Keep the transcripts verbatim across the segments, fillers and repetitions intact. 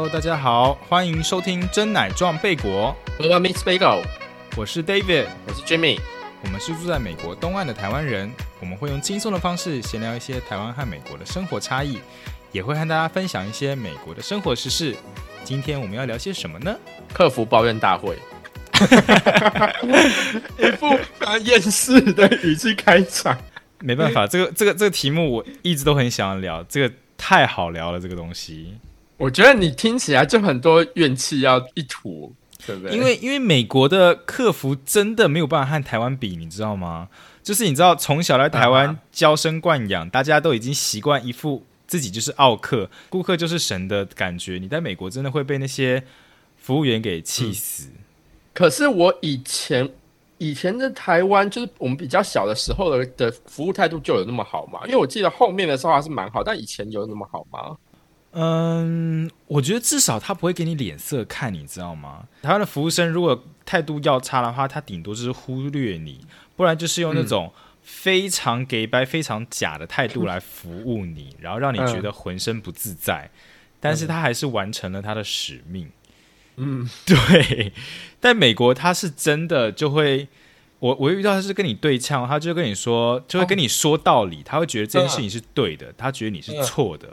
Hello， 大家好，欢迎收听真奶撞贝果。 我是 Miss Bagel， 我是 David， 我是 Jimmy。 我们是住在美国东岸的台湾人，我们会用轻松的方式闲聊一些台湾和美国的生活差异，也会和大家分享一些美国的生活时事。今天我们要聊些什么呢？ 客服抱怨大会。一副很厌世的语气开场。 没办法，这个这个这个题目我一直都很想要聊，这个太好聊了，这个东西。 我觉得你听起来就很多怨气要一吐，对不对？ 因为因为美国的客服真的没有办法和台湾比，你知道吗？就是你知道从小在台湾娇生惯养，大家都已经习惯一副自己就是奥客，顾客就是神的感觉。你在美国真的会被那些服务员给气死。嗯、 可是我以前以前的台湾，就是我们比较小的时候 的, 的服务态度就有那么好吗？因为我记得后面的时候还是蛮好，但以前有那么好吗？ 嗯，我觉得至少他不会给你脸色看，你知道吗？台湾的服务生如果态度要差的话，他顶多就是忽略你，不然就是用那种非常给白、非常假的态度来服务你，然后让你觉得浑身不自在。但是他还是完成了他的使命。嗯，对。但美国他是真的就会，我我遇到他是跟你对呛，他就跟你说，就会跟你说道理，他会觉得这件事情是对的，他觉得你是错的。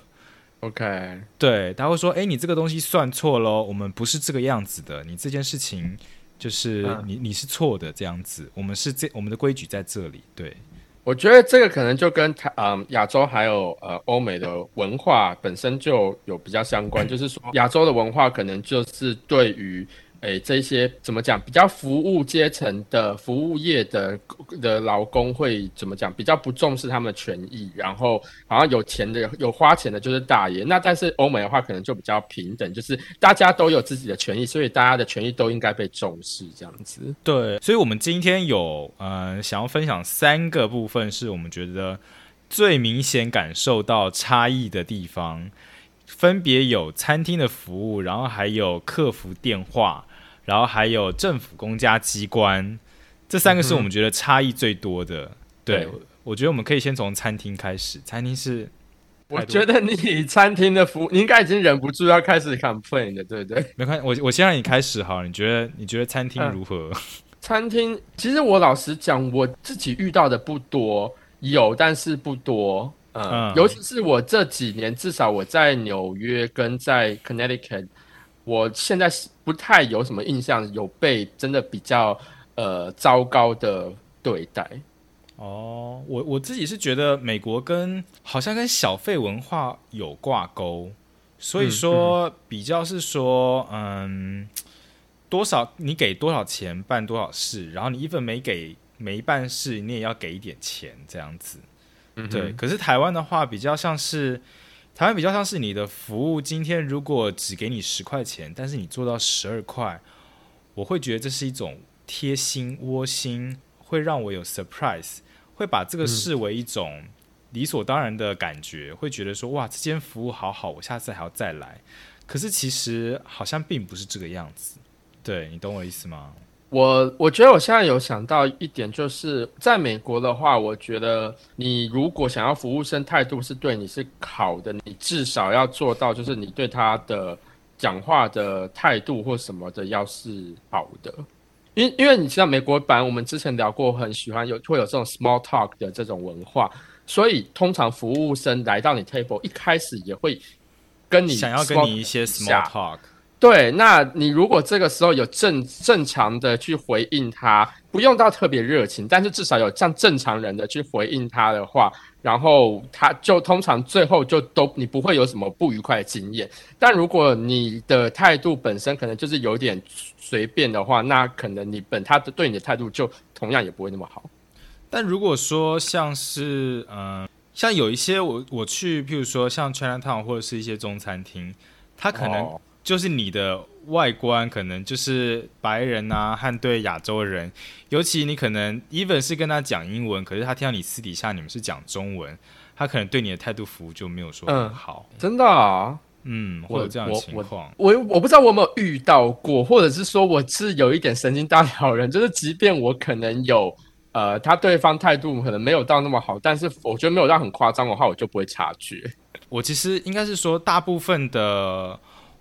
OK， 对，他会说：“哎，你这个东西算错咯，我们不是这个样子的，你这件事情就是你、嗯、你是错的，这样子，我们是这我们的规矩在这里。”对， 我觉得这个可能就跟嗯亚洲还有呃欧美的文化本身就有比较相关，就是说亚洲的文化可能就是对于诶这些怎么讲比较服务阶层的服务业的的劳工会怎么讲比较不重视他们的权益，然后好像有钱的有花钱的就是大爷。那但是欧美的话可能就比较平等，就是大家都有自己的权益，所以大家的权益都应该被重视这样子。 对，所以我们今天有呃想要分享三个部分，是我们觉得最明显感受到差异的地方，分别有餐厅的服务，然后还有客服电话，然后还有政府公家机关，这三个是我们觉得差异最多的。嗯、对, 对，我觉得我们可以先从餐厅开始。餐厅是， 我觉得你餐厅的服务，你应该已经忍不住要开始 complain 了，对不对？ 没关系，我我先让你开始好了。你觉得你觉得餐厅如何？嗯、 餐厅其实我老实讲，我自己遇到的不多，有但是不多。嗯，嗯尤其是我这几年，至少我在纽约跟在 Connecticut。我现在不太有什么印象有被真的比较呃糟糕的对待。 哦，我我自己是觉得美国跟好像跟小费文化有挂钩，所以说比较是说嗯多少你给多少钱办多少事，然后你一份没给没办事你也要给一点钱这样子。嗯、对，可是台湾的话比较像是。台湾比较像是你的服务，今天如果只给你十块钱，但是你做到十二块，我会觉得这是一种贴心窝心，会让我有 surprise， 会把这个视为一种理所当然的感觉，嗯、会觉得说哇，这间服务好好，我下次还要再来。可是其实好像并不是这个样子，对，你懂我意思吗？ 我我觉得我现在有想到一点，就是在美国的话，我觉得你如果想要服务生态度是对你是好的，你至少要做到，就是你对他的讲话的态度或什么的要是好的。因因为你知道美国版我们之前聊过，很喜欢有会有这种 small talk 的这种文化，所以通常服务生来到你 table 一开始也会跟你想要跟你一些 small talk。 对，那你如果这个时候有正正常的去回应他，不用到特别热情，但是至少有像正常人的去回应他的话，然后他就通常最后就都你不会有什么不愉快的经验。但如果你的态度本身可能就是有点随便的话，那可能你本他对你的态度就同样也不会那么好。 但如果说像是嗯，像有一些我我去，譬如说像 Chinatown 或者是一些中餐厅，他可能、哦。就是你的外观可能就是白人啊和对亚洲人，尤其你可能 even 是跟他讲英文，可是他听到你私底下你们是讲中文，他可能对你的态度服务就没有说很好。 嗯、真的啊？ 嗯，会有这样的情况。 我 我, 我, 我不知道我有没有遇到过，或者是说我是有一点神经大条人，就是即便我可能有呃他对方态度可能没有到那么好，但是我觉得没有到很夸张的话，我就不会察觉。 我其实应该是说大部分的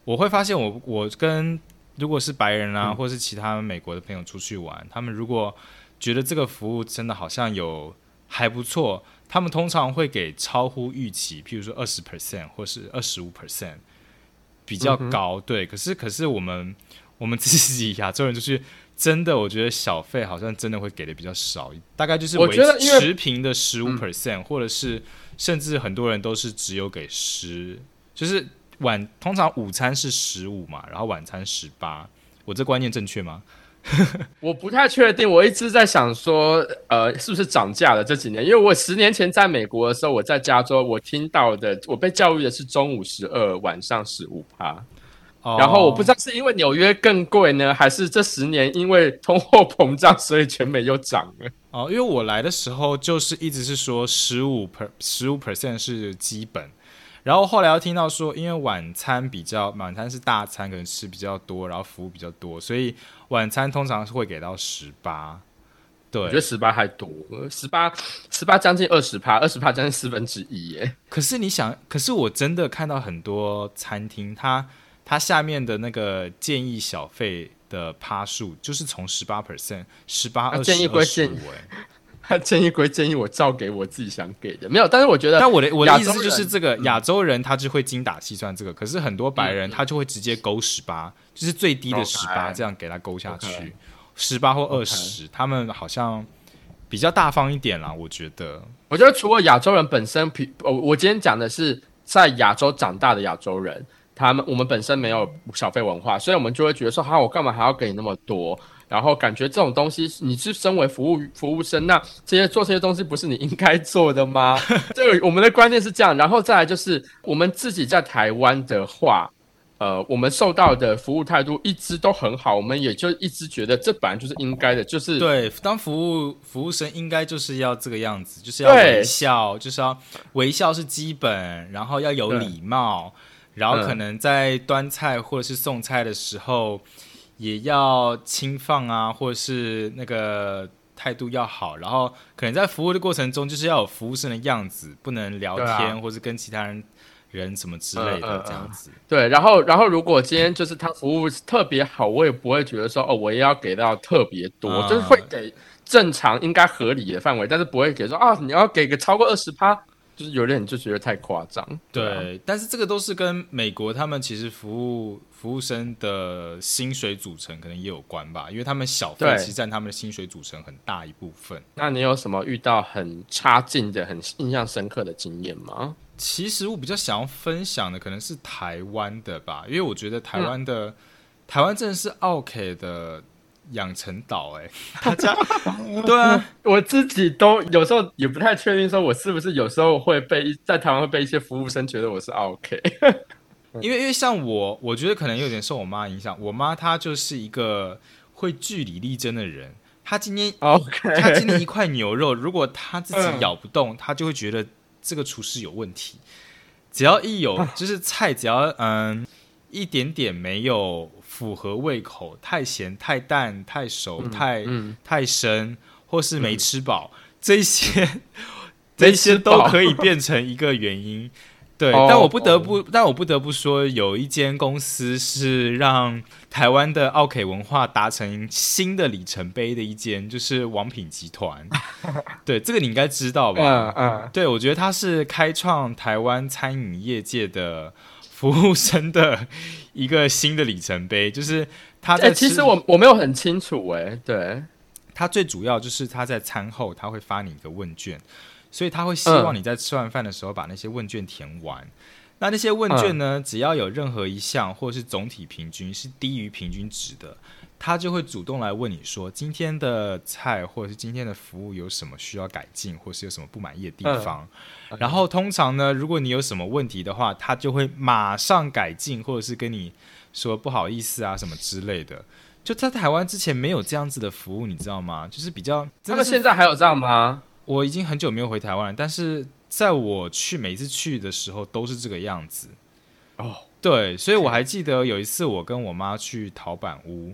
我会发现我我跟如果是白人啊， 嗯、 或是其他美国的朋友出去玩，他们如果觉得这个服务真的好像有还不错，他们通常会给超乎预期，譬如说二十 percent 或是二十五 percent 比较高。嗯、对，可是可是我们我们自己亚洲人就是真的，我觉得小费好像真的会给的比较少，大概就是维持平的十五 percent，或者是甚至很多人都是只有给十，就是晚通常午餐是十五嘛，然后晚餐十八，我这观念正确吗？ 我不太确定，我一直在想说，呃，是不是涨价了这几年？因为我十年前在美国的时候，我在加州，我听到的，我被教育的是中午十二，晚上十五趴。然后我不知道是因为纽约更贵呢，还是这十年因为通货膨胀，所以全美又涨了。 哦，因为我来的时候就是一直是说十五 per 十五 percent 是基本，然后后来要听到说，因为晚餐比较晚餐是大餐，可能吃比较多，然后服务比较多，所以晚餐通常是会给到十八。对， 我觉得十八还多，十八十八将近二十趴，二十趴将近四分之一耶。 可是你想，可是我真的看到很多餐厅，它它下面的那个建议小费的趴数就是从十八 percent、十八、二十、二十五，哎， 他建议归建议，我照给我自己想给的，没有。但是我觉得， 但我的我的意思就是这个亚洲人他就会精打细算这个，可是很多白人他就会直接勾十八，就是最低的十八，这样给他勾下去，十八或二十，他们好像比较大方一点啦，我觉得。 我觉得除了亚洲人本身，我今天讲的是在亚洲长大的亚洲人。他们我们本身没有小费文化，所以我们就会觉得说，哈，我干嘛还要给你那么多？然后感觉这种东西，你是身为服务服务生，那这些做这些东西不是你应该做的吗？这个我们的观念是这样。然后再来就是我们自己在台湾的话，呃，我们受到的服务态度一直都很好，我们也就一直觉得这本来就是应该的，就是对，当服务服务生应该就是要这个样子，就是要微笑，就是要微笑是基本，然后要有礼貌。然后可能在端菜或者是送菜的时候，也要轻放啊，或者是那个态度要好。然后可能在服务的过程中，就是要有服务生的样子，不能聊天、啊、或者跟其他人人什么之类的、嗯、这样子。 对，然后然后如果今天就是他服务特别好，我也不会觉得说哦，我也要给到特别多，嗯、就是会给正常应该合理的范围，但是不会给说啊，你要给个超过二十趴。就是有点就觉得太夸张， 对、啊，对，但是这个都是跟美国他们其实服务服务生的薪水组成可能也有关吧，因为他们小费其实占他们的薪水组成很大一部分。 那你有什么遇到很差劲的、很印象深刻的经验吗？ 其实我比较想要分享的可能是台湾的吧，因为我觉得台湾的、嗯、台湾真的是奥 K 的。养成岛哎、欸，大家对啊， 我自己都有时候也不太确定，说我是不是有时候会被在台湾会被一些服务生觉得我是 OK， 因为因为像我，我觉得可能有点受我妈影响。我妈她就是一个会据理力争的人，她今天 OK， 她今天一块牛肉，如果她自己咬不动，她就会觉得这个厨师有问题。只要一有就是菜，只要嗯一点点没有。符合胃口，太咸、太淡、太熟、嗯、太、嗯、太生，或是没吃饱，嗯、这些这些都可以变成一个原因。对，哦、但我不得不，哦、但我不得不说，有一间公司是让台湾的奥 K 文化达成新的里程碑的一间，就是王品集团。对，这个你应该知道吧？嗯嗯。对，我觉得它是开创台湾餐饮业界的服务生的一个新的里程碑，就是他在、欸、 其实我我没有很清楚哎、欸，对， 他最主要就是他在餐后他会发你一个问卷，所以他会希望你在吃完饭的时候把那些问卷填完。嗯、那那些问卷呢，只要有任何一项或是总体平均是低于平均值的，他就会主动来问你说，今天的菜或者是今天的服务有什么需要改进，或是有什么不满意的地方。嗯然后通常呢，如果你有什么问题的话，他就会马上改进，或者是跟你说不好意思啊什么之类的。就在台湾之前没有这样子的服务，你知道吗？就是比较， 他们现在还有这样吗？ 我已经很久没有回台湾了，但是在我去每次去的时候都是这个样子。哦，对，所以我还记得有一次我跟我妈去陶板屋，嗯，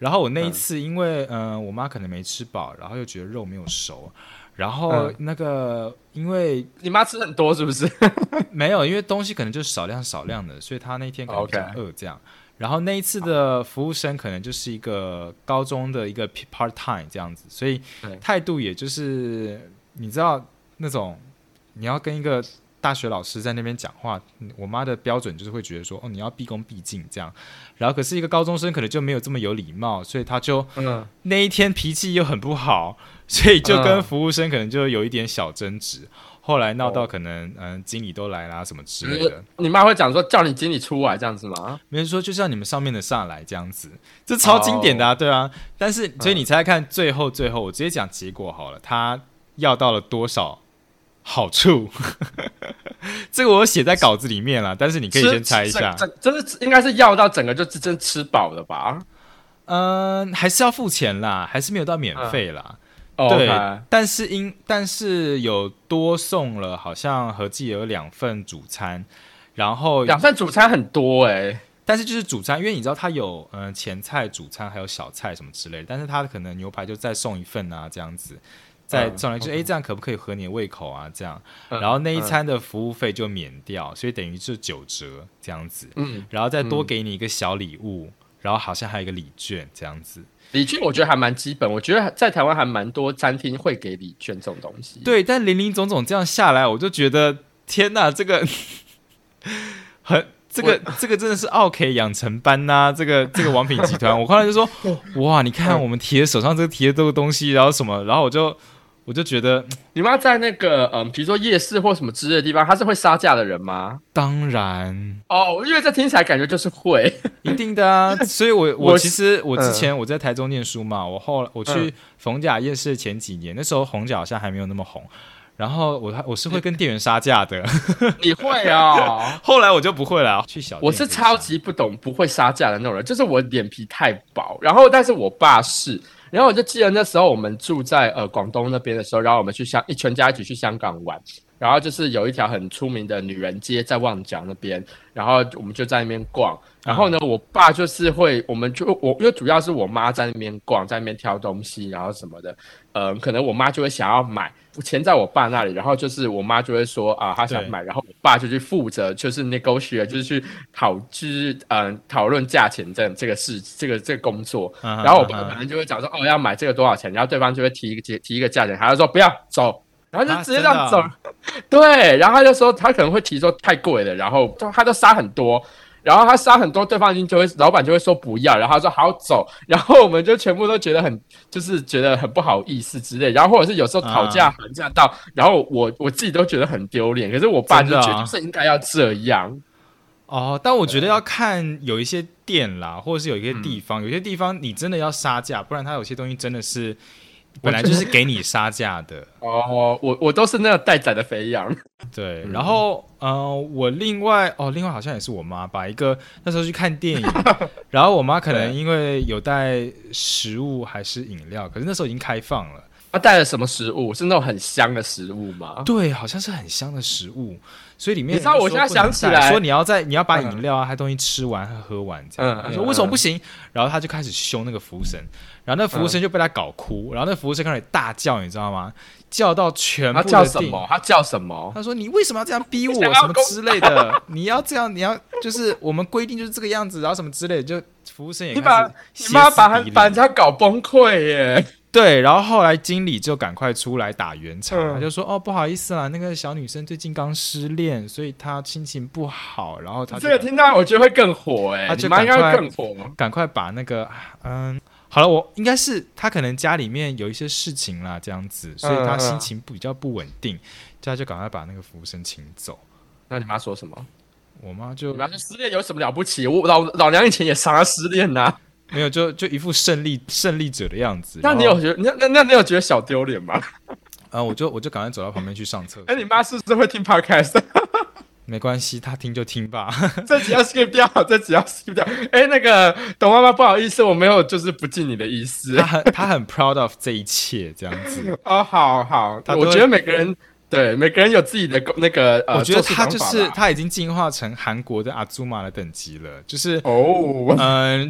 然后我那一次因为嗯、呃、我妈可能没吃饱，然后又觉得肉没有熟，然后那个、嗯、因为你妈吃很多是不是？ 没有，因为东西可能就是少量少量的，所以她那天可能比较饿这样。Okay. 然后那一次的服务生可能就是一个高中的一个 part time 这样子，所以态度也就是你知道那种你要跟一个大学老师在那边讲话，我妈的标准就是会觉得说哦你要毕恭毕敬这样，然后可是一个高中生可能就没有这么有礼貌，所以他就、嗯、那一天脾气又很不好，所以就跟服务生可能就有一点小争执。后来闹到可能、哦、嗯经理都来啦什么之类的。 你妈会讲说叫你经理出来这样子吗？ 没人说就叫你们上面的上来这样子，这超经典的啊、哦、对啊。但是所以你猜猜看最后最后我直接讲结果好了，他要到了多少好处这个我写在稿子里面啦，但是你可以先猜一下。 真的应该是要到整个就真吃饱了吧？ 嗯，还是要付钱啦，还是没有到免费啦、嗯对， okay. 但是因但是有多送了，好像合计有两份主餐，然后两份主餐很多哎、欸， 但是就是主餐，因为你知道它有嗯、呃、前菜、主餐还有小菜什么之类的，但是它可能牛排就再送一份啊这样子，再送来就哎、嗯 欸、这样可不可以合你的胃口啊这样，嗯、然后那一餐的服务费就免掉，嗯、所以等于是九折这样子，嗯，然后再多给你一个小礼物，嗯、然后好像还有一个礼券这样子。 礼券我觉得还蛮基本，我觉得在台湾还蛮多餐厅会给礼券这种东西。 对，但林林总总这样下来，我就觉得天哪，这个很这个这个真的是奥 K 养成班呐、啊，这个这个王品集团，我后来就说哇，你看我们提的手上这个提的这个东西，然后什么，然后我就我就觉得你妈在那个嗯，比如说夜市或什么之类的地方，她是会杀价的人吗？ 当然哦，因为这听起来感觉就是会一定的啊，所以我我其实我之前我在台中念书嘛，我后来我去逢甲夜市前几年，那时候红甲好像还没有那么红，然后我我是会跟店员杀价的。 你会啊、哦？ 后来我就不会了，去小店。 我是超级不懂不会杀价的那种人，就是我脸皮太薄，然后但是我爸是。然后我就记得那时候我们住在呃广东那边的时候，然后我们去香一全家一起去香港玩，然后就是有一条很出名的女人街在旺角那边，然后我们就在那边逛。然后呢，我爸就是会，我们就我因为主要是我妈在那边逛，在那边挑东西，然后什么的，呃，可能我妈就会想要买，钱在我爸那里，然后就是我妈就会说啊，她想买，然后我爸就去负责就是 negotiate， 就是去讨就是嗯讨论价钱这这个事这个这个工作，然后我爸可能就会讲说哦要买这个多少钱，然后对方就会提一个提一个价钱，他就说不要走。然后就直接这样走、啊哦、对，然后他就说他可能会提说太贵了，然后他就杀很多，然后他杀很多，对方已经就会老板就会说不要，然后他说好走，然后我们就全部都觉得很就是觉得很不好意思之类，然后或者是有时候讨价还价到、啊、然后我我自己都觉得很丢脸，可是我爸就觉得就是应该要这样哦，但我觉得要看有一些店啦，或者是有一些地方、嗯、有些地方你真的要杀价，不然他有些东西真的是本来就是给你杀价的哦，我我都是那个待宰的肥羊。 对，然后、嗯、呃，我另外哦，另外好像也是我妈把一个那时候去看电影，然后我妈可能因为有带食物还是饮料，可是那时候已经开放了。 她带了什么食物？是那种很香的食物吗？ 对，好像是很香的食物，所以里面你知道我现在想起来说你要在你要把饮料啊、还、嗯、东西吃完和喝完这样。他、嗯、说为什么不行？然后他就开始凶那个服务生。然后那服务生就被他搞哭、嗯，然后那服务生开始大叫，你知道吗？叫到全部的他叫什么？他叫什么？ 他说：“你为什么要这样逼我？什么之类的？你要这样，你要就是我们规定就是这个样子，然后什么之类的。”就服务生也开始你把你妈把他把人家搞崩溃耶！ 对，然后后来经理就赶快出来打圆场、嗯，他就说：“哦，不好意思啦，那个小女生最近刚失恋，所以她心情不好。”然后他这个听到我觉得会更火哎， 他就赶快更火， 赶快把那个嗯。好了，我应该是他可能家里面有一些事情啦，这样子，所以他心情比较不稳定，所以他就赶快把那个服务生请走。 那你妈说什么？ 我妈就你妈说失恋有什么了不起？我老老娘以前也常常失恋呐、啊， 没有，就就一副胜利胜利者的样子。 那你有觉得那那那你有觉得小丢脸吗？ 啊，我就我就赶快走到旁边去上厕所。 哎，你妈是不是会听 podcast？ 没关系，他听就听吧。 这集要 skip 掉，这集要 skip 掉。哎、欸，那个董妈妈，不好意思，我没有就是不尽你的意思。 他很他很 proud of 这一切，这样子。 哦，好好，我觉得每个人对每个人有自己的那个呃， 我觉得他就是他已经进化成韩国的阿祖玛的等级了，就是哦， 嗯、呃，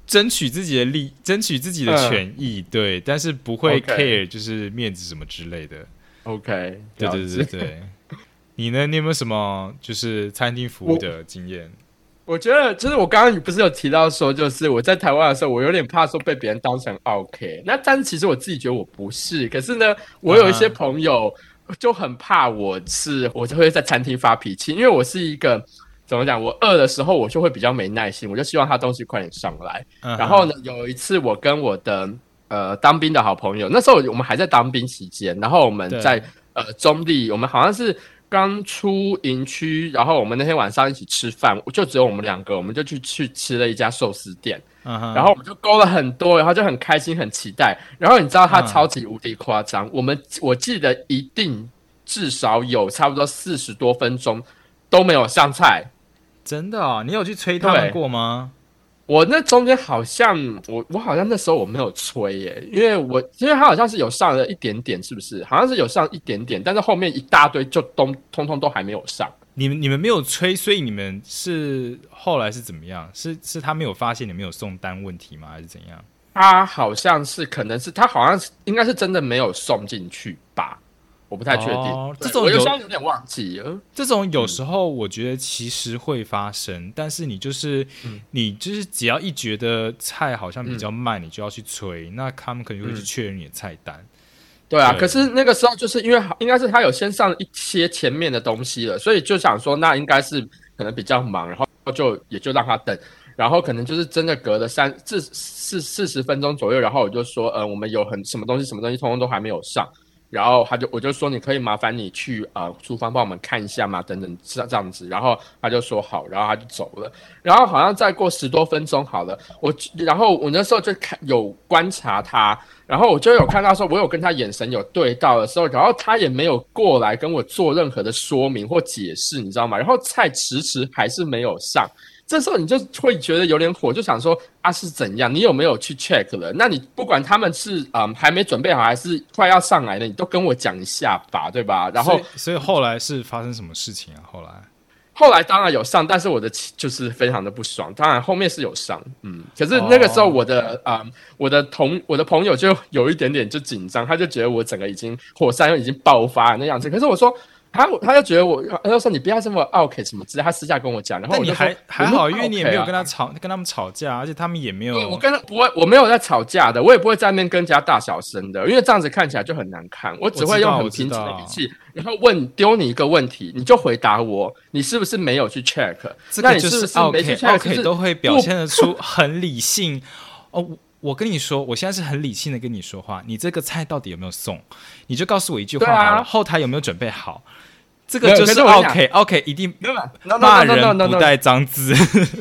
争取自己的利，争取自己的权益，嗯、对，但是不会 care 就是面子什么之类的。 OK， 对对对对。你呢？你有没有什么就是餐厅服务的经验？ 我觉得就是我刚刚不是有提到说，就是我在台湾的时候，我有点怕说被别人当成 OK。那但是其实我自己觉得我不是，可是呢，我有一些朋友就很怕我是，我就会在餐厅发脾气，因为我是一个怎么讲，我饿的时候我就会比较没耐心，我就希望他东西快点上来。Uh-huh. 然后呢，有一次我跟我的呃当兵的好朋友，那时候我们还在当兵期间，然后我们在呃中立，我们好像是。刚出营区，然后我们那天晚上一起吃饭，就只有我们两个，我们就去去吃了一家寿司店， uh-huh. 然后我们就勾了很多，然后就很开心很期待。然后你知道他超级无敌夸张， uh-huh. 我们我记得一定至少有差不多四十多分钟都没有上菜。 真的哦？你有去催他们过吗？ 我那中间好像我我好像那时候我没有催耶，因为我因为他好像是有上了一点点，是不是？好像是有上一点点，但是后面一大堆就都通通都还没有上。 你们你们没有催，所以你们是后来是怎么样？是是他没有发现你没有送单问题吗？还是怎样？ 他好像是可能是他好像是应该是真的没有送进去吧。我不太确定，哦、 这种我有时候有点忘记了。 这种有时候我觉得其实会发生，嗯、但是你就是、嗯、你就是只要一觉得菜好像比较慢，嗯、你就要去催，那他们可能会去确认你的菜单。嗯、 对啊，对，可是那个时候就是因为应该是他有先上一些前面的东西了，所以就想说那应该是可能比较忙，然后就也就让他等。然后可能就是真的隔了三四四四十分钟左右，然后我就说，呃，我们有很什么东西什么东西，通通都还没有上。然后他就我就说你可以麻烦你去呃厨房帮我们看一下吗？等等这样子，然后他就说好，然后他就走了。然后好像再过十多分钟好了，我然后我那时候就看有观察他，然后我就有看到说，我有跟他眼神有对到的时候，然后他也没有过来跟我做任何的说明或解释，你知道吗？然后菜迟迟还是没有上。这时候你就会觉得有点火，就想说啊是怎样？你有没有去 check 了？那你不管他们是嗯还没准备好，还是快要上来了，你都跟我讲一下吧，对吧？然后所以，所以后来是发生什么事情啊？后来， 后来当然有上，但是我的就是非常的不爽。当然后面是有上，嗯，可是那个时候我的啊、哦嗯、我的同我的朋友就有一点点就紧张，他就觉得我整个已经火山已经爆发了那样子。可是我说。他他就觉得我，他就说你不要这么 OK 什么之类，他私下跟我讲，然后我就说你还还好，因为你也没有跟他吵，跟他们吵架，而且他们也没有。 我跟他不会，我没有在吵架的，我也不会在那边跟人家大小声的，因为这样子看起来就很难看。我只会用很平静的语气，然后问丢你一个问题，你就回答我，你是不是没有去 check？ 这个就是 OK OK 都会表现得出很理性哦。我跟你说，我现在是很理性的跟你说话，你这个菜到底有没有送？你就告诉我一句话好了，啊、后台有没有准备好？这个就是 OK OK， 一定骂人不带脏字。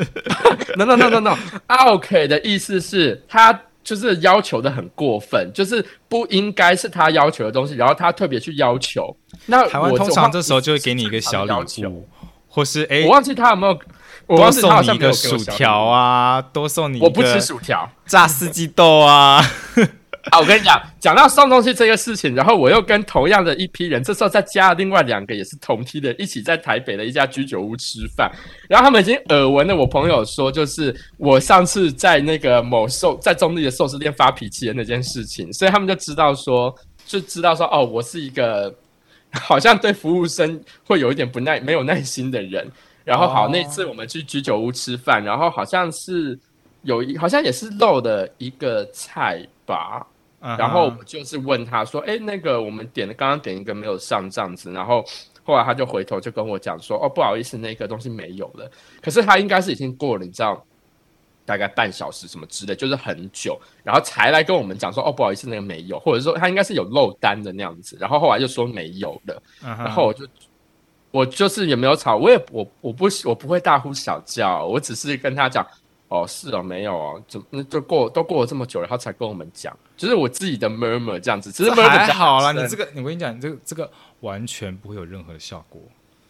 No no no no no，OK 的意思是他就是要求的很过分，就是不应该是他要求的东西，然后他特别去要求。那台湾通常这时候就会给你一个小礼物，或是哎， 我忘记他有没有。 多送你一个薯条啊，多送你一个我不吃薯条， 炸四季豆啊。 啊，我跟你讲，讲到送东西这个事情，然后我又跟同样的一批人，这时候再加了另外两个也是同梯的，一起在台北的一家居酒屋吃饭，然后他们已经耳闻了我朋友说，就是我上次在那个某寿在中立的寿司店发脾气的那件事情，所以他们就知道说，就知道说，哦，我是一个好像对服务生会有一点不耐、没有耐心的人。然后好，那次我们去居酒屋吃饭，然后好像是有一好像也是漏的一个菜吧， uh-huh. 然后我就是问他说，哎，那个我们点的刚刚点一个没有上这样子，然后后来他就回头就跟我讲说，哦，不好意思，那个东西没有了。可是他应该是已经过了，你知道，大概半小时什么之类，就是很久，然后才来跟我们讲说，哦，不好意思，那个没有，或者说他应该是有漏单的那样子，然后后来就说没有了， uh-huh. 然后我就。我就是也没有吵，我也我我不我不会大呼小叫，我只是跟他讲，哦是哦没有哦，怎么就过都过了这么久了，他才跟我们讲，就是我自己的 murmur 这样子，只是 murmur 还好啦，你这个我跟你讲，你这个这个完全不会有任何的效果。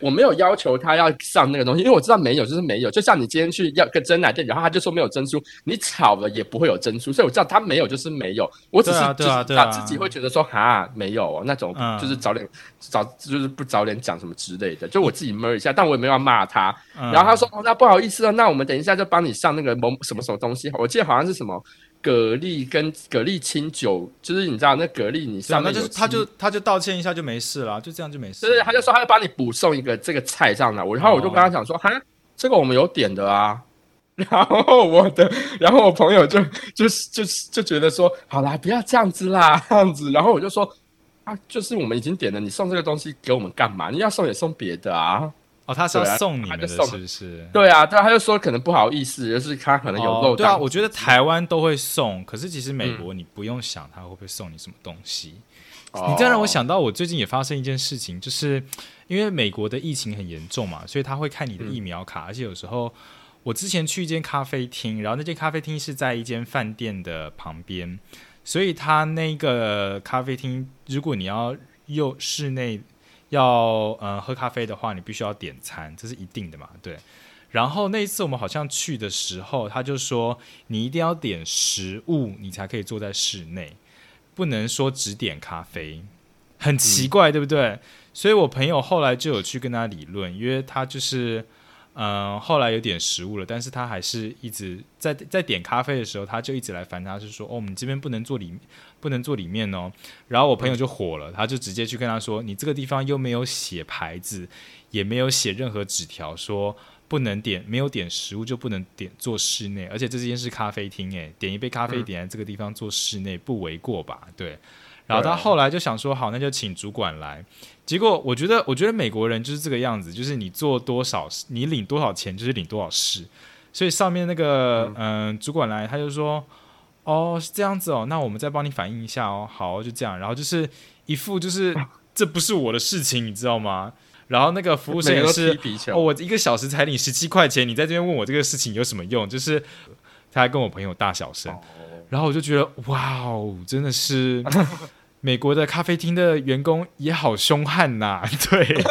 我没有要求他要上那个东西，因为我知道没有就是没有。就像你今天去要个珍奶店，然后他就说没有珍珠，你炒了也不会有珍珠，所以我知道他没有就是没有。我只是就是自己会觉得说哈没有、哦、那种，就是早点、嗯、早就是不早点讲什么之类的，就我自己闷一下，但我也没有要骂他。嗯、然后他说、哦、那不好意思哦，那我们等一下就帮你上那个某什么什么东西，我记得好像是什么。蛤蜊跟蛤蜊清酒，就是你知道那蛤蜊你上面有， 那就他就他就道歉一下就没事了，就这样就没事。 对，他就说他就帮你补送一个这个菜上来，我然后我就跟他讲说，哈、哦，这个我们有点的啊。然后我的，然后我朋友就就就就觉得说，好啦，不要这样子啦，这样子。然后我就说，啊，就是我们已经点了，你送这个东西给我们干嘛？你要送也送别的啊。 哦，他是要送你们的，是不是？ 对啊，对啊，他就说可能不好意思，就是他可能有漏、哦。 对啊，我觉得台湾都会送，可是其实美国你不用想他会不会送你什么东西。嗯、你这样让我想到，我最近也发生一件事情，就是因为美国的疫情很严重嘛，所以他会看你的疫苗卡，嗯、而且有时候我之前去一间咖啡厅，然后那间咖啡厅是在一间饭店的旁边，所以他那个咖啡厅，如果你要用室内。要呃喝咖啡的话，你必须要点餐，这是一定的嘛，对。然后那一次我们好像去的时候，他就说你一定要点食物，你才可以坐在室内，不能说只点咖啡，很奇怪，嗯、对不对？所以我朋友后来就有去跟他理论，因为他就是嗯、呃、后来有点食物了，但是他还是一直在在点咖啡的时候，他就一直来烦他，是说哦我们这边不能坐里面。不能坐里面哦，然后我朋友就火了，他就直接去跟他说：“你这个地方又没有写牌子，也没有写任何纸条说不能点，没有点食物就不能点坐室内，而且这间是咖啡厅，哎，点一杯咖啡点在这个地方坐室内不为过吧？对。”然后他后来就想说：“好，那就请主管来。”结果我觉得，我觉得美国人就是这个样子，就是你做多少，你领多少钱就是领多少事，所以上面那个嗯、呃、主管来，他就说。哦，是这样子哦，那我们再帮你反映一下哦。好，就这样，然后就是一副就是这不是我的事情，你知道吗？然后那个服务生也是，哦，我一个小时才领十七块钱，你在这边问我这个事情有什么用？就是他还跟我朋友大小声，然后我就觉得哇哦，真的是美国的咖啡厅的员工也好凶悍呐、啊，对。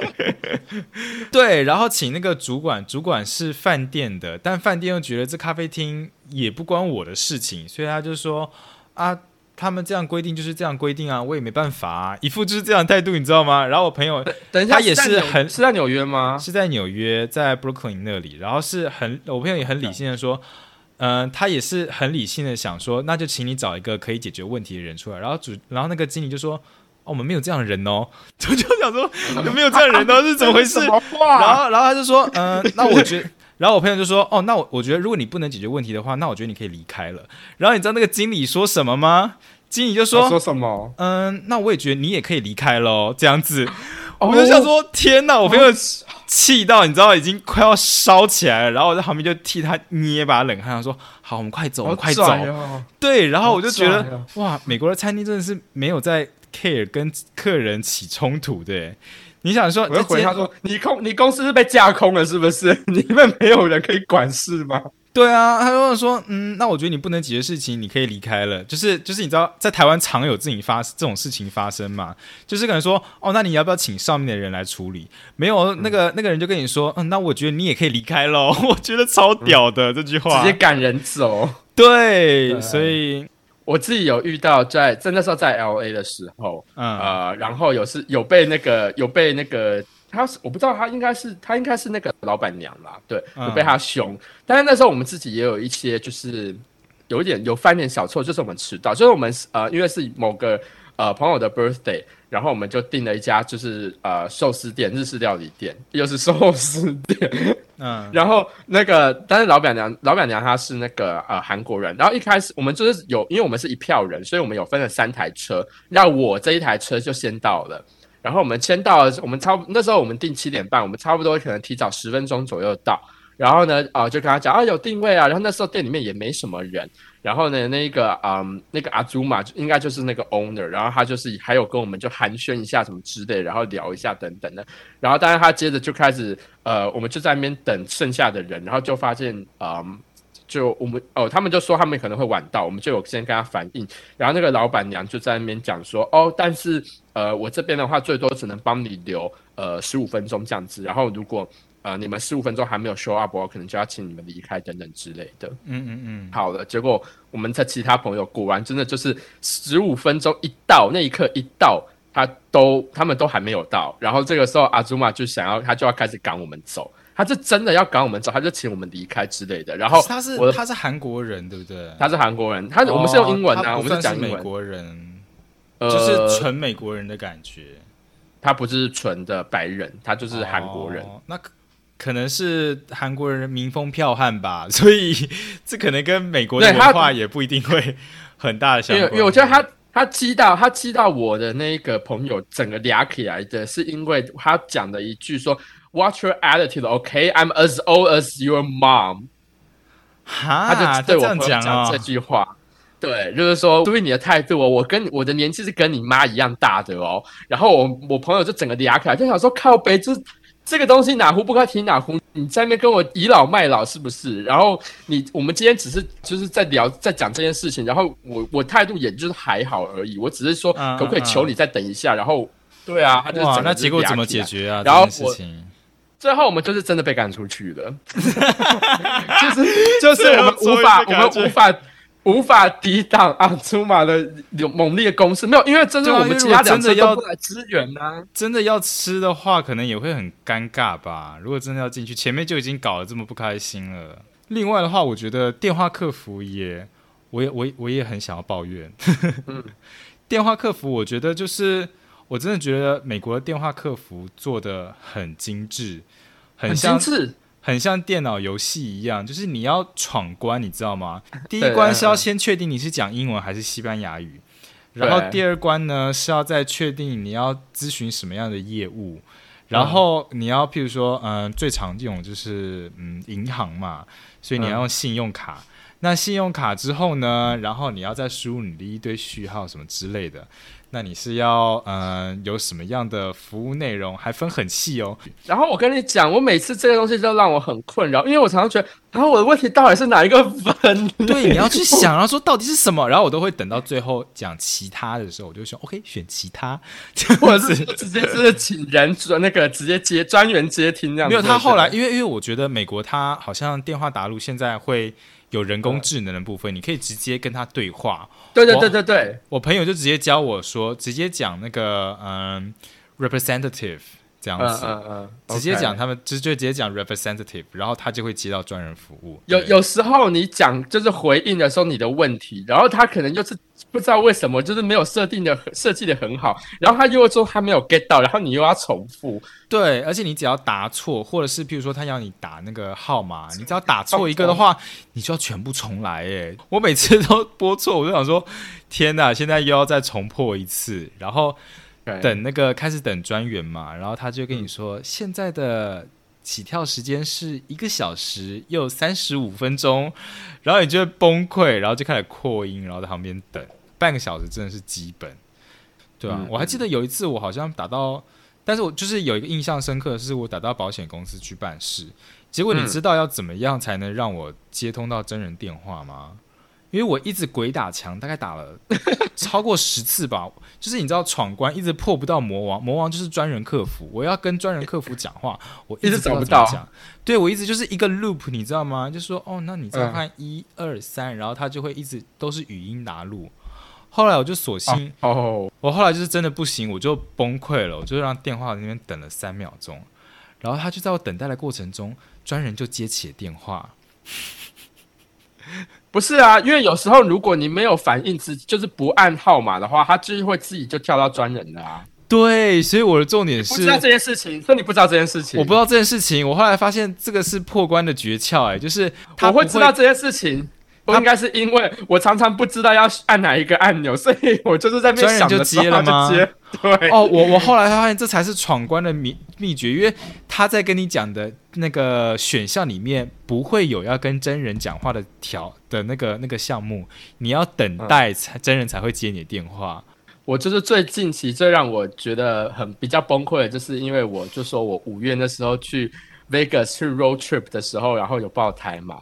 对，然后请那个主管，主管是饭店的，但饭店又觉得这咖啡厅也不关我的事情，所以他就说啊，他们这样规定就是这样规定啊，我也没办法啊，一副就是这样的态度，你知道吗？然后我朋友， 等一下， 他也是很是在纽约吗？ 是在纽约，在 Brooklyn 那里，然后是很，我朋友也很理性的说。嗯、呃，他也是很理性的想说，那就请你找一个可以解决问题的人出来。然后主，然后那个经理就说：“哦，我们没有这样的人哦。”就就想说有没有这样的人哦，是怎么回事？然后，然后他就说：“嗯、呃，那我觉得。”然后我朋友就说：“哦，那我我觉得如果你不能解决问题的话，那我觉得你可以离开了。”然后你知道那个经理说什么吗？经理就说：“ 说什么？ 嗯、呃，那我也觉得你也可以离开咯，这样子。”我就想说，天哪！我朋友气到你知道已经快要烧起来了，然后我在旁边就替他捏把冷汗，说：“好，我们快走，我们快走。哦”对，然后我就觉得、哦、哇，美国的餐厅真的是没有在 care 跟客人起冲突的。你想说， 我就回他说：“你公你公司是被架空了是不是？你们没有人可以管事吗？” 对啊，他就说，嗯，那我觉得你不能解决事情，你可以离开了。就是就是，你知道，在台湾常有自己发这种事情发生嘛？就是可能说，哦，那你要不要请上面的人来处理？没有，那个、嗯、那个人就跟你说，嗯，那我觉得你也可以离开咯。我觉得超屌的、嗯、这句话， 直接赶人走。 对，对所以我自己有遇到在在那时候在 L A 的时候，嗯呃，然后有是有被那个有被那个。他我不知道他应该是他应该是那个老板娘啦，对，有被他凶、嗯。但是那时候我们自己也有一些就是有一点有犯点小错，就是我们迟到，就是我们呃因为是某个呃朋友的 birthday， 然后我们就订了一家就是呃寿司店，日式料理店，又是寿司店，嗯，然后那个但是老板娘老板娘她是那个呃韩国人，然后一开始我们就是有因为我们是一票人，所以我们有分了三台车，那我这一台车就先到了。然后我们先到了，我们差不那时候我们定七点半，我们差不多可能提早十分钟左右到。然后呢，呃，就跟他讲啊有定位啊。然后那时候店里面也没什么人。然后呢，那个嗯，那个阿祖玛应该就是那个 owner， 然后他就是还有跟我们就寒暄一下什么之类，然后聊一下等等的。然后当然他接着就开始呃，我们就在那边等剩下的人，然后就发现嗯。 就我们哦，他们就说他们可能会晚到，我们就有先跟他反映，然后那个老板娘就在那边讲说，哦，但是呃，我这边的话最多只能帮你留呃十五分钟这样子，然后如果呃你们十五分钟还没有 show up，我可能就要请你们离开等等之类的。 嗯嗯嗯， 好了，结果我们的其他朋友果然真的就是十五分钟一到，那一刻一到，他都他们都还没有到，然后这个时候阿祖玛就想要他就要开始赶我们走。他就真的要赶我们走，他就请我们离开之类的。然后他是他是韩国人，对不对？ 他是韩国人，他、哦、我们是用英文啊，我们是讲英文。 美国人，呃，就是纯美国人的感觉。 他不是纯的白人，他就是韩国人。 哦、那可能是韩国人民风剽悍吧，所以这可能跟美国的文化也不一定会很大的相关。 因为因为我觉得他他激到他激到我的那个朋友整个俩起来的，是因为他讲的一句说。Watch your attitude, okay? I'm as old as your mom. 哈， 他就对我朋友讲这句话，哦、对，就是说注意你的态度哦。我跟我的年纪是跟你妈一样大的哦。然后我我朋友就整个嗲起来，就想说靠北，这这个东西哪壶不开提哪壶，你在那边跟我倚老卖老是不是？然后你我们今天只是就是在聊在讲这件事情，然后我我态度也就是还好而已，我只是说可不可以求你再等一下？嗯嗯然后对啊，他就哇，那结果怎么解决啊？ 然后这件事情。 最后我们就是真的被赶出去了，就是就是我们无法我们无法无法抵挡阿祖玛的猛烈攻势，没有，因为真的我们其他两车都不来支援啊。 真的要吃的话，可能也会很尴尬吧。如果真的要进去，前面就已经搞得这么不开心了。另外的话，我觉得电话客服也，我也我我也很想要抱怨。嗯、电话客服，我觉得就是。我真的觉得美国的电话客服做得很精致， 很像很精致， 很像电脑游戏一样，就是你要闯关，你知道吗？第一关是要先确定你是讲英文还是西班牙语，然后第二关呢是要再确定你要咨询什么样的业务，然后你要譬如说，嗯、呃，最常用就是嗯银行嘛，所以你要用信用卡。嗯那信用卡之后呢，然后你要再输入你的一堆序号什么之类的，那你是要呃有什么样的服务内容，还分很细哦。 然后我跟你讲，我每次这个东西都让我很困扰，因为我常常觉得，然后我的问题到底是哪一个分？ 对，你要去想，然后说到底是什么，然后我都会等到最后讲其他的时候，我就会说 OK 选其他， 或者是直接是请人那个直接接专员接听这样子。 没有，他后来因为因为我觉得美国他好像电话答录现在会。有人工智能的部分，你可以直接跟他对话。 对对对对对， 我, 我朋友就直接教我说，直接讲那个嗯 representative 这样子，嗯嗯嗯，直接讲他们就就直接讲 representative， 然后他就会接到专人服务。 有有时候你讲就是回应的时候你的问题，然后他可能就是不知道为什么就是没有设定的设计的很好，然后他又说他没有 get 到，然后你又要重复。 对，而且你只要答错，或者是譬如说他要你打那个号码，你只要打错一个的话，你就要全部重来。哎，我每次都拨错，我就想说，天哪，现在又要再重破一次，然后。等那个开始等专员嘛，然后他就跟你说，嗯、现在的起跳时间是一个小时又三十五分钟，然后你就会崩溃，然后就开始扩音，然后在旁边等半个小时，真的是基本，对啊，嗯、我还记得有一次我好像打到，但是我就是有一个印象深刻的是，我打到保险公司去办事，结果你知道要怎么样才能让我接通到真人电话吗？因为我一直鬼打墙，大概打了超过十次吧。就是你知道闯关一直破不到魔王，魔王就是专人客服，我要跟专人客服讲话，我一直找不到。 对，我一直就是一个 loop， 你知道吗？就说哦，那你再看一二三，然后他就会一直都是语音答录。后来我就索性，哦哦、我后来就是真的不行，我就崩溃了，我就让电话那边等了三秒钟，然后他就在我等待的过程中，专人就接起了电话。 不是啊，因为有时候如果你没有反应，就是不按号码的话，他就会自己就跳到专人了啊。 对，所以我的重点是不知道这件事情，所以你不知道这件事情， 我不知道这件事情。我后来发现这个是破关的诀窍，哎，就是他我会知道这件事情，不应该是因为我常常不知道要按哪一个按钮，所以我就是在那边想的时候就接了吗？ 就接。对， 哦，我我后来发现这才是闯关的秘秘诀，因为他在跟你讲的那个选项里面不会有要跟真人讲话的条的那个那个项目，你要等待才、嗯、真人才会接你的电话。 我就是最近期最让我觉得很比较崩溃的，就是因为我就说我五月那时候去 Vegas 去 road trip 的时候，然后有爆胎嘛。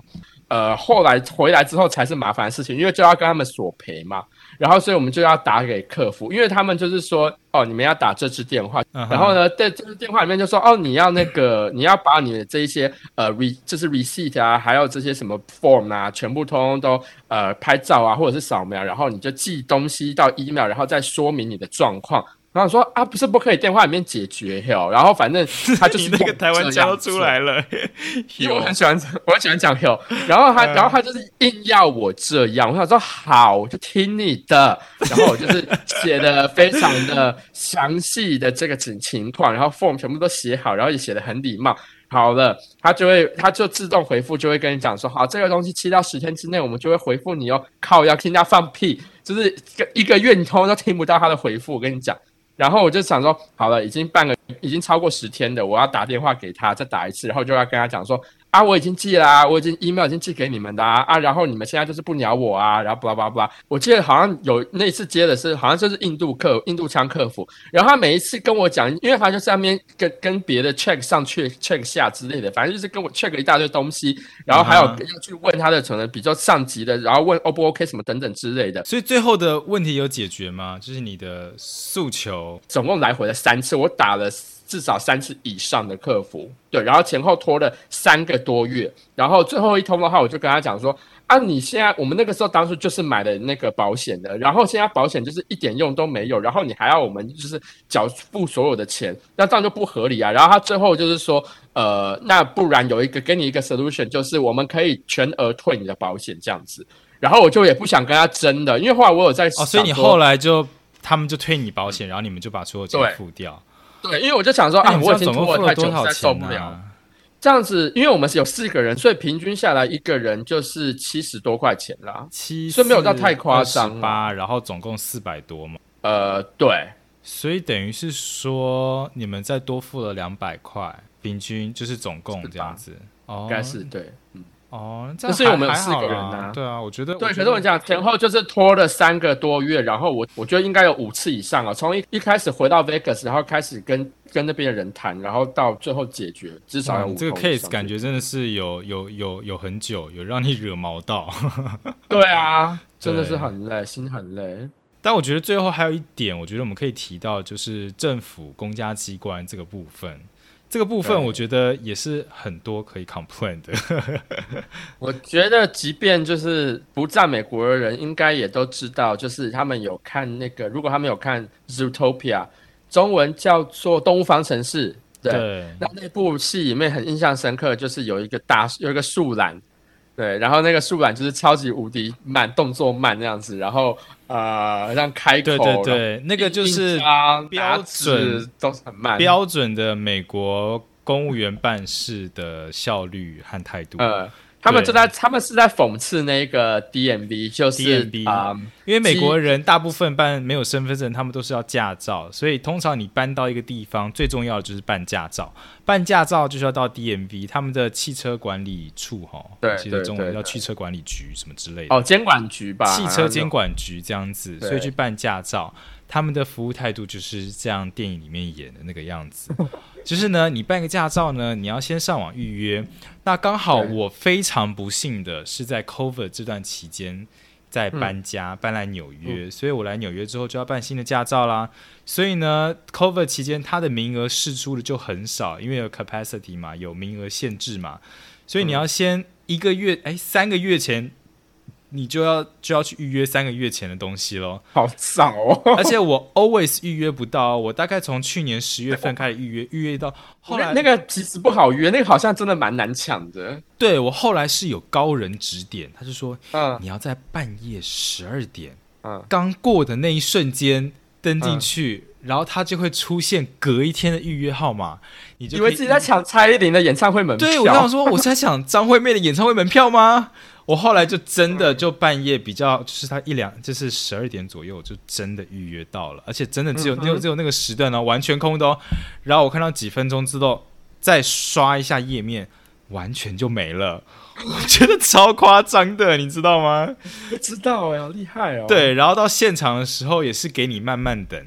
呃，后来回来之后才是麻烦的事情，因为就要跟他们索赔嘛，然后所以我们就要打给客服，因为他们就是说，哦，你们要打这支电话， uh-huh. 然后呢，在这支电话里面就说，哦，你要那个，你要把你的这一些呃 re 就是 receipt 啊，还有这些什么 form 啊，全部通通都呃拍照啊，或者是扫描，然后你就寄东西到 email， 然后再说明你的状况。然后说啊，不是不可以电话里面解决哟，然后反正他就是你那个台湾腔都出来了， 因为我很喜欢，我很喜欢讲 hill， 然后他，然后他就是硬要我这样，我想说好，我就听你的，然后我就是写的非常的详细的这个情情况，然后 form 全部都写好，然后也写的很礼貌。好了，他就会，他就自动回复，就会跟你讲说，好，这个东西七到十天之内，我们就会回复你哦。靠，要听他放屁，就是一个月你通通都听不到他的回复，我跟你讲。然后我就想说，好了，已经半个，已经超过十天了，我要打电话给他，再打一次，然后就要跟他讲说，啊，我已经寄啦、啊，我已经 email 已经寄给你们的啊，啊，然后你们现在就是不鸟我啊，然后 blah blah blah，我记得好像有那次接的是，好像就是印度客，印度腔客服，然后他每一次跟我讲，因为他就在那边跟跟别的 check 上去 check 下之类的，反正就是跟我 check 一大堆东西，然后还有要去问他的可能比较上级的，然后问 O 不 OK 什么等等之类的。 所以最后的问题有解决吗？就是你的诉求。 总共来回了三次，我打了至少三次以上的客服，对，然后前后拖了三个多月，然后最后一通的话，我就跟他讲说，啊，你现在我们那个时候当初就是买的那个保险的，然后现在保险就是一点用都没有，然后你还要我们就是缴付所有的钱，那这样就不合理啊。然后他最后就是说，呃，那不然有一个给你一个 solution， 就是我们可以全额退你的保险这样子。然后我就也不想跟他争的，因为后来我有在想， 哦，所以你后来就。他们就退你保险，然后你们就把所有钱付掉。 对，对，因为我就想说啊，我已经拖了太久，实在受不了。这样子，因为我们是有四个人，所以平均下来一个人就是七十多块钱啦， 七， 所以没有到太夸张。 八，然后总共四百多嘛。 呃，对， 所以等于是说你们再多付了两百块，平均就是总共这样子。哦， 应该是对，嗯。 哦，这样是因为我们有四个人啊， 对啊，我觉得对。可是我讲前后就是拖了三个多月，然后我我觉得应该有五次以上啊。从一一开始回到 Vegas， 然后开始跟跟那边的人谈，然后到最后解决，至少有五、嗯。 这个 case 感觉真的是有有有有很久，有让你惹毛到。 对啊，真的是很累，心很累。 但我觉得最后还有一点，我觉得我们可以提到，就是政府公家机关这个部分。这个部分我觉得也是很多可以 complain 的。 我觉得即便就是不在美国的人应该也都知道，就是他们有看那个，如果他们有看 Zootopia， 中文叫做动物方程式， 对，对，那那部戏里面很印象深刻，就是有一个大有一个树懒，对，然后那个树懒就是超级无敌慢，动作慢那样子，然后呃，让开口， 对对对，那个就是标准都是很慢， 标准的美国公务员办事的效率和态度。 呃，他们就在他们是在讽刺那个 D M V， 就是 D M V，嗯、因为美国人大部分办没有身份证，他们都是要驾照，所以通常你搬到一个地方，最重要的就是办驾照。办驾照就是要到 D M V， 他们的汽车管理处哈， 对， 其实中文叫汽车管理局什么之类的。 哦，监管局吧， 汽车监管局这样子，所以去办驾照，他们的服务态度就是这样电影里面演的那个样子。就是呢，你办个驾照呢，你要先上网预约。那刚好我非常不幸的是在 COVID 这段期间在搬家，嗯、搬来纽约、嗯，所以我来纽约之后就要办新的驾照啦。所以呢 ，COVID 期间它的名额释出的就很少，因为有 capacity 嘛，有名额限制嘛，所以你要先一个月，哎，三个月前。你就要就要去预约三个月前的东西咯， 好早哦！ 而且我 always 预约不到，我大概从去年十月份开始预约，预约到后来那个其实不好约，那个好像真的蛮难抢的。 对，我后来是有高人指点，他就说， 嗯， 你要在半夜十二点，嗯，刚过的那一瞬间登进去。嗯，然后他就会出现隔一天的预约号码，你就以为自己在抢蔡依林的演唱会门票。 对，我刚想说我在抢张惠妹的演唱会门票吗？我后来就真的就半夜比较，就是他一两，就是十二点左右，我就真的预约到了，而且真的只有、嗯、只有那个时段哦，完全空的哦。然后我看到几分钟之后，再刷一下页面，完全就没了。我觉得超夸张的，你知道吗？ 不知道哎，好厉害哦。 对，然后到现场的时候也是给你慢慢等。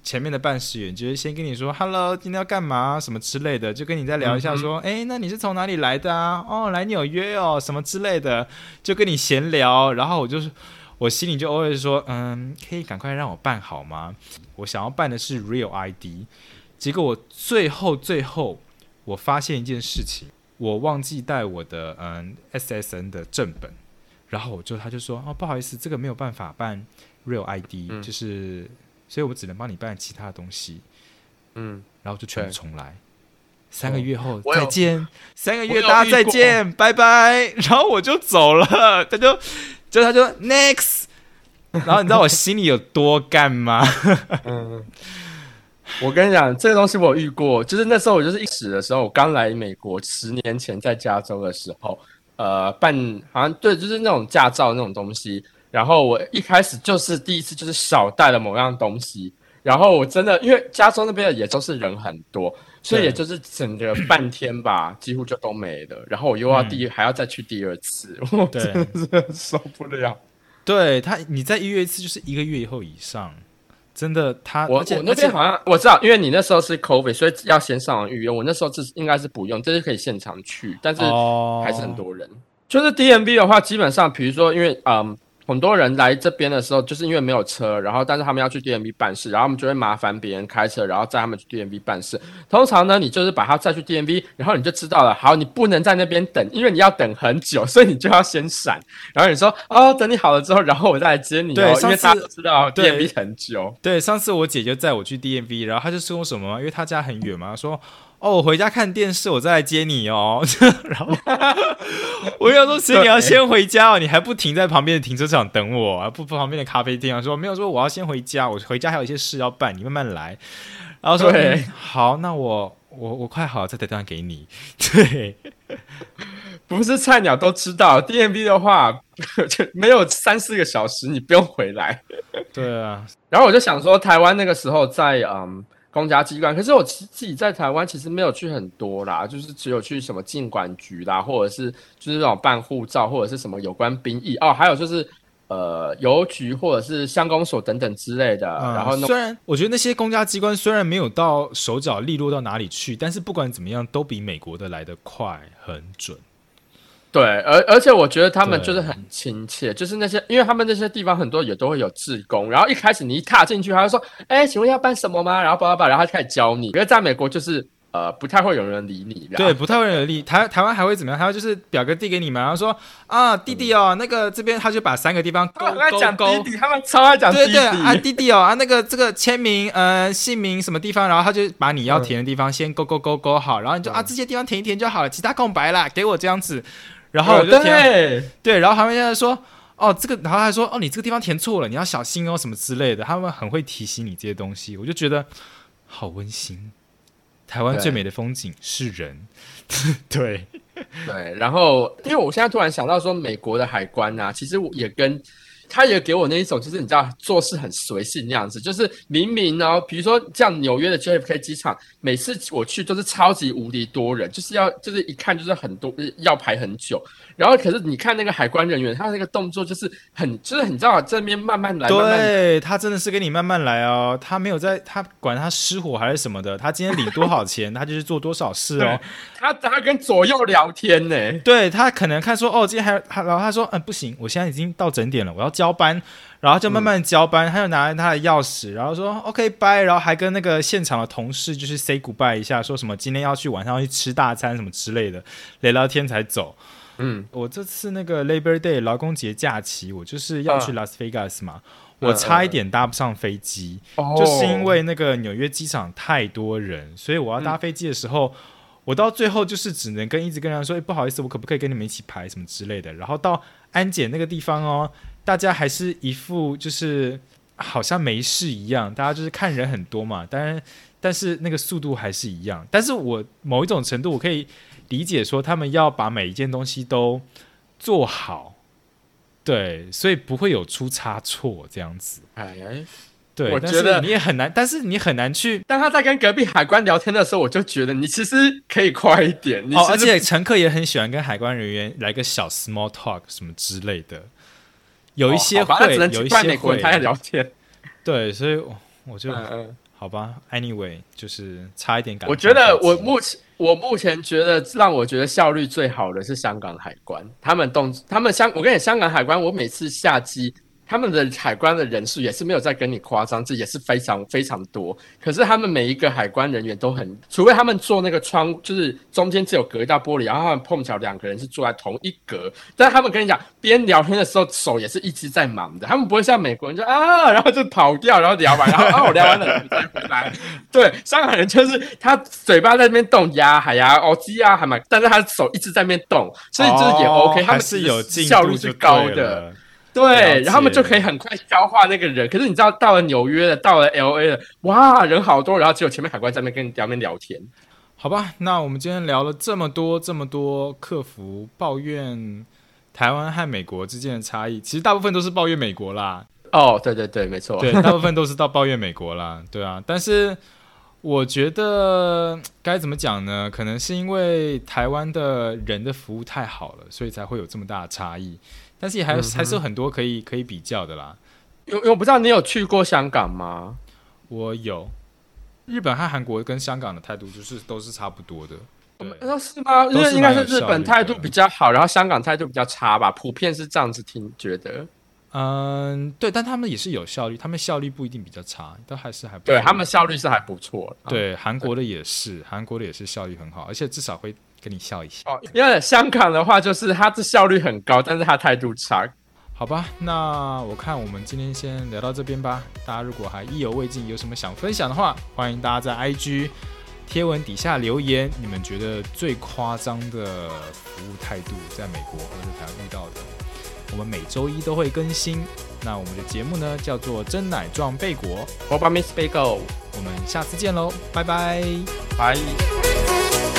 前面的办事员就是先跟你说 Hello 今天要干嘛什么之类的，就跟你再聊一下说哎、嗯，那你是从哪里来的啊？哦，来纽约哦什么之类的，就跟你闲聊。然后我就是我心里就 always 说嗯，可以赶快让我办好吗？我想要办的是 Real I D。 结果我最后最后我发现一件事情，我忘记带我的嗯 S S N 的正本，然后我就他就说哦不好意思，这个没有办法办 Real I D、嗯、就是所以我只能帮你办其他的东西，嗯，然后就全部重来。三个月后再见，三个月大家再见，拜拜，然后我就走了，他就就他就 next， 然后你知道我心里有多干吗？ 嗯，我跟你讲，这个东西我有遇过，就是那时候我就是一始的时候，我刚来美国，十年前在加州的时候，呃，办好像对，就是那种驾照那种东西。然后我一开始就是第一次就是少带了某样东西，然后我真的因为加州那边的也都是人很多，所以也就是整个半天吧，几乎就都没了。然后我又要第、嗯、还要再去第二次，我真的是受不了。 对他，你再预约一次就是一个月以后以上。真的他， 我我那边好像我知道，因为你那时候是 COVID， 所以要先上网预约。我那时候是应该是不用，这是可以现场去，但是还是很多人。哦、就是 D M V 的话，基本上比如说，因为嗯很多人来这边的时候，就是因为没有车，然后但是他们要去 D M V 办事，然后他们就会麻烦别人开车，然后载他们去 D M V 办事。通常呢，你就是把他载去 D M V， 然后你就知道了，好，你不能在那边等，因为你要等很久，所以你就要先闪。然后你说哦，等你好了之后，然后我再来接你哦。 对， 因为大家都知道 D M V 很久。 对，上次我姐就载我去 D M V， 然后她就说我什么，因为她家很远嘛，说哦，我回家看电视，我再来接你哦。然后我想说，其实你要先回家哦，你还不停在旁边的停车场等我啊？不旁边的咖啡店啊？说没有，说我要先回家，我回家还有一些事要办，你慢慢来。然后说、嗯、好，那我我我快好了再打电话给你。对， 不是菜鸟都知道 D M V 的话，没有三四个小时，你不用回来。 对啊， 然后我就想说，台湾那个时候在嗯。公家机关，可是我自己在台湾其实没有去很多啦，就是只有去什么禁管局啦，或者是就是那种办护照，或者是什么有关兵役哦，还有就是呃邮局或者是乡公所等等之类的。嗯、然后虽然我觉得那些公家机关虽然没有到手脚利落到哪里去，但是不管怎么样，都比美国的来得快很准。 对，而而且我觉得他们就是很亲切，就是那些，因为他们那些地方很多也都会有志工，然后一开始你一踏进去，他就说，哎，请问要办什么吗？然后叭叭叭，然后他开始教你。因为在美国就是呃不太会有人理你， 对，不太会有人理。台台湾还会怎么样？台湾就是表格递给你们，然后说啊弟弟哦，嗯、那个这边他就把三个地方勾勾勾， 弟弟他们超爱讲弟弟， 对对啊弟弟哦啊那个这个签名呃姓名什么地方，然后他就把你要填的地方先勾勾勾勾好，然后你就、嗯、啊这些地方填一填就好了，其他空白啦，给我这样子。然后我就填、哦、对, 对，然后他们现在说哦这个，然后他说哦你这个地方填错了，你要小心哦什么之类的，他们很会提醒你这些东西，我就觉得好温馨。台湾最美的风景是人，对对。然后因为我现在突然想到说，美国的海关啊，其实也跟他也给我那一种，就是你知道做事很随性那样子，就是明明呢，比如说像纽约的 J F K 机场，每次我去都是超级无敌多人，就是要就是一看就是很多要排很久，然后可是你看那个海关人员，他那个动作就是很就是你知道这边慢慢来， 对， 慢慢来他真的是跟你慢慢来哦，他没有在他管他失火还是什么的，他今天领多少钱，他就是做多少事哦， 他他跟左右聊天呢， 对他可能看说哦今天还然后他说嗯不行，我现在已经到整点了，我要交班，然后就慢慢交班，嗯、他就拿他的钥匙，然后说 OK bye， 然后还跟那个现场的同事就是 say goodbye 一下，说什么今天要去晚上要去吃大餐什么之类的，聊聊天才走。嗯，我这次那个 Labor Day 劳工节假期，我就是要去拉斯维加斯嘛，嗯、我差一点搭不上飞机，嗯、就是因为那个纽约机场太多人，所以我要搭飞机的时候。嗯我到最后就是只能跟一直跟人家说、欸、不好意思我可不可以跟你们一起排什么之类的，然后到安检那个地方哦，大家还是一副就是好像没事一样，大家就是看人很多嘛，当然但是那个速度还是一样，但是我某一种程度我可以理解说他们要把每一件东西都做好，对，所以不会有出差错这样子。哎对，我觉得你也很难，但是你很难去。 当他在跟隔壁海关聊天的时候，我就觉得你其实可以快一点。你哦，而且乘客也很喜欢跟海关人员来个小 small talk 什么之类的，有一些会， 哦、 有一些会。 美国人他在聊天， 对，所以我就、嗯、 好吧 ，anyway， 就是差一点赶。 我觉得我目前我目前觉得让我觉得效率最好的是香港海关，他们动他们香，我跟你香港海关，我每次下机。他们的海关的人数也是没有在跟你夸张，这也是非常非常多。可是他们每一个海关人员都很，除非他们坐那个窗，就是中间只有隔一道玻璃，然后他们碰巧两个人是坐在同一格，但他们跟你讲，边聊天的时候手也是一直在忙的，他们不会像美国人就啊，然后就跑掉，然后聊完，然后啊我聊完了再回来。对，香港人就是他嘴巴在那边动呀海呀哦鸡呀海嘛，但是他手一直在那边动，所以就是也 OK，、哦、他们是有效率是高的。对，然后他们就可以很快消化那个人。可是你知道，到了纽约了，到了 L A 了，哇，人好多，然后只有前面海关在那边跟你聊面聊天。 好吧，那我们今天聊了这么多这么多客服抱怨台湾和美国之间的差异，其实大部分都是抱怨美国啦。 哦，对对对，没错， 对，大部分都是到抱怨美国啦，对啊。但是我觉得该怎么讲呢？可能是因为台湾的人的服务太好了，所以才会有这么大的差异。但是也还有、嗯、还是有很多可以可以比较的啦。 因为我不知道你有去过香港吗？ 我有。日本和韩国跟香港的态度就是都是差不多的。 那是吗？因为应该是日本态度比较好，然后香港态度比较差吧？普遍是这样子听觉得。 嗯，对，但他们也是有效率，他们效率不一定比较差，都还是还不错。 对，他们效率是还不错。 对，韩国的也是，韩国的也是效率很好，而且至少会跟你笑一下。 哦，因为香港的话，就是它的效率很高，但是它态度差。 好吧，那我看我们今天先聊到这边吧。大家如果还意犹未尽，有什么想分享的话，欢迎大家在 I G 贴文底下留言，你们觉得最夸张的服务态度在美国或者台湾遇到的。我们每周一都会更新。那我们的节目呢，叫做真奶撞贝果 Boba Miss Bagel。 我们下次见喽，拜拜， 拜。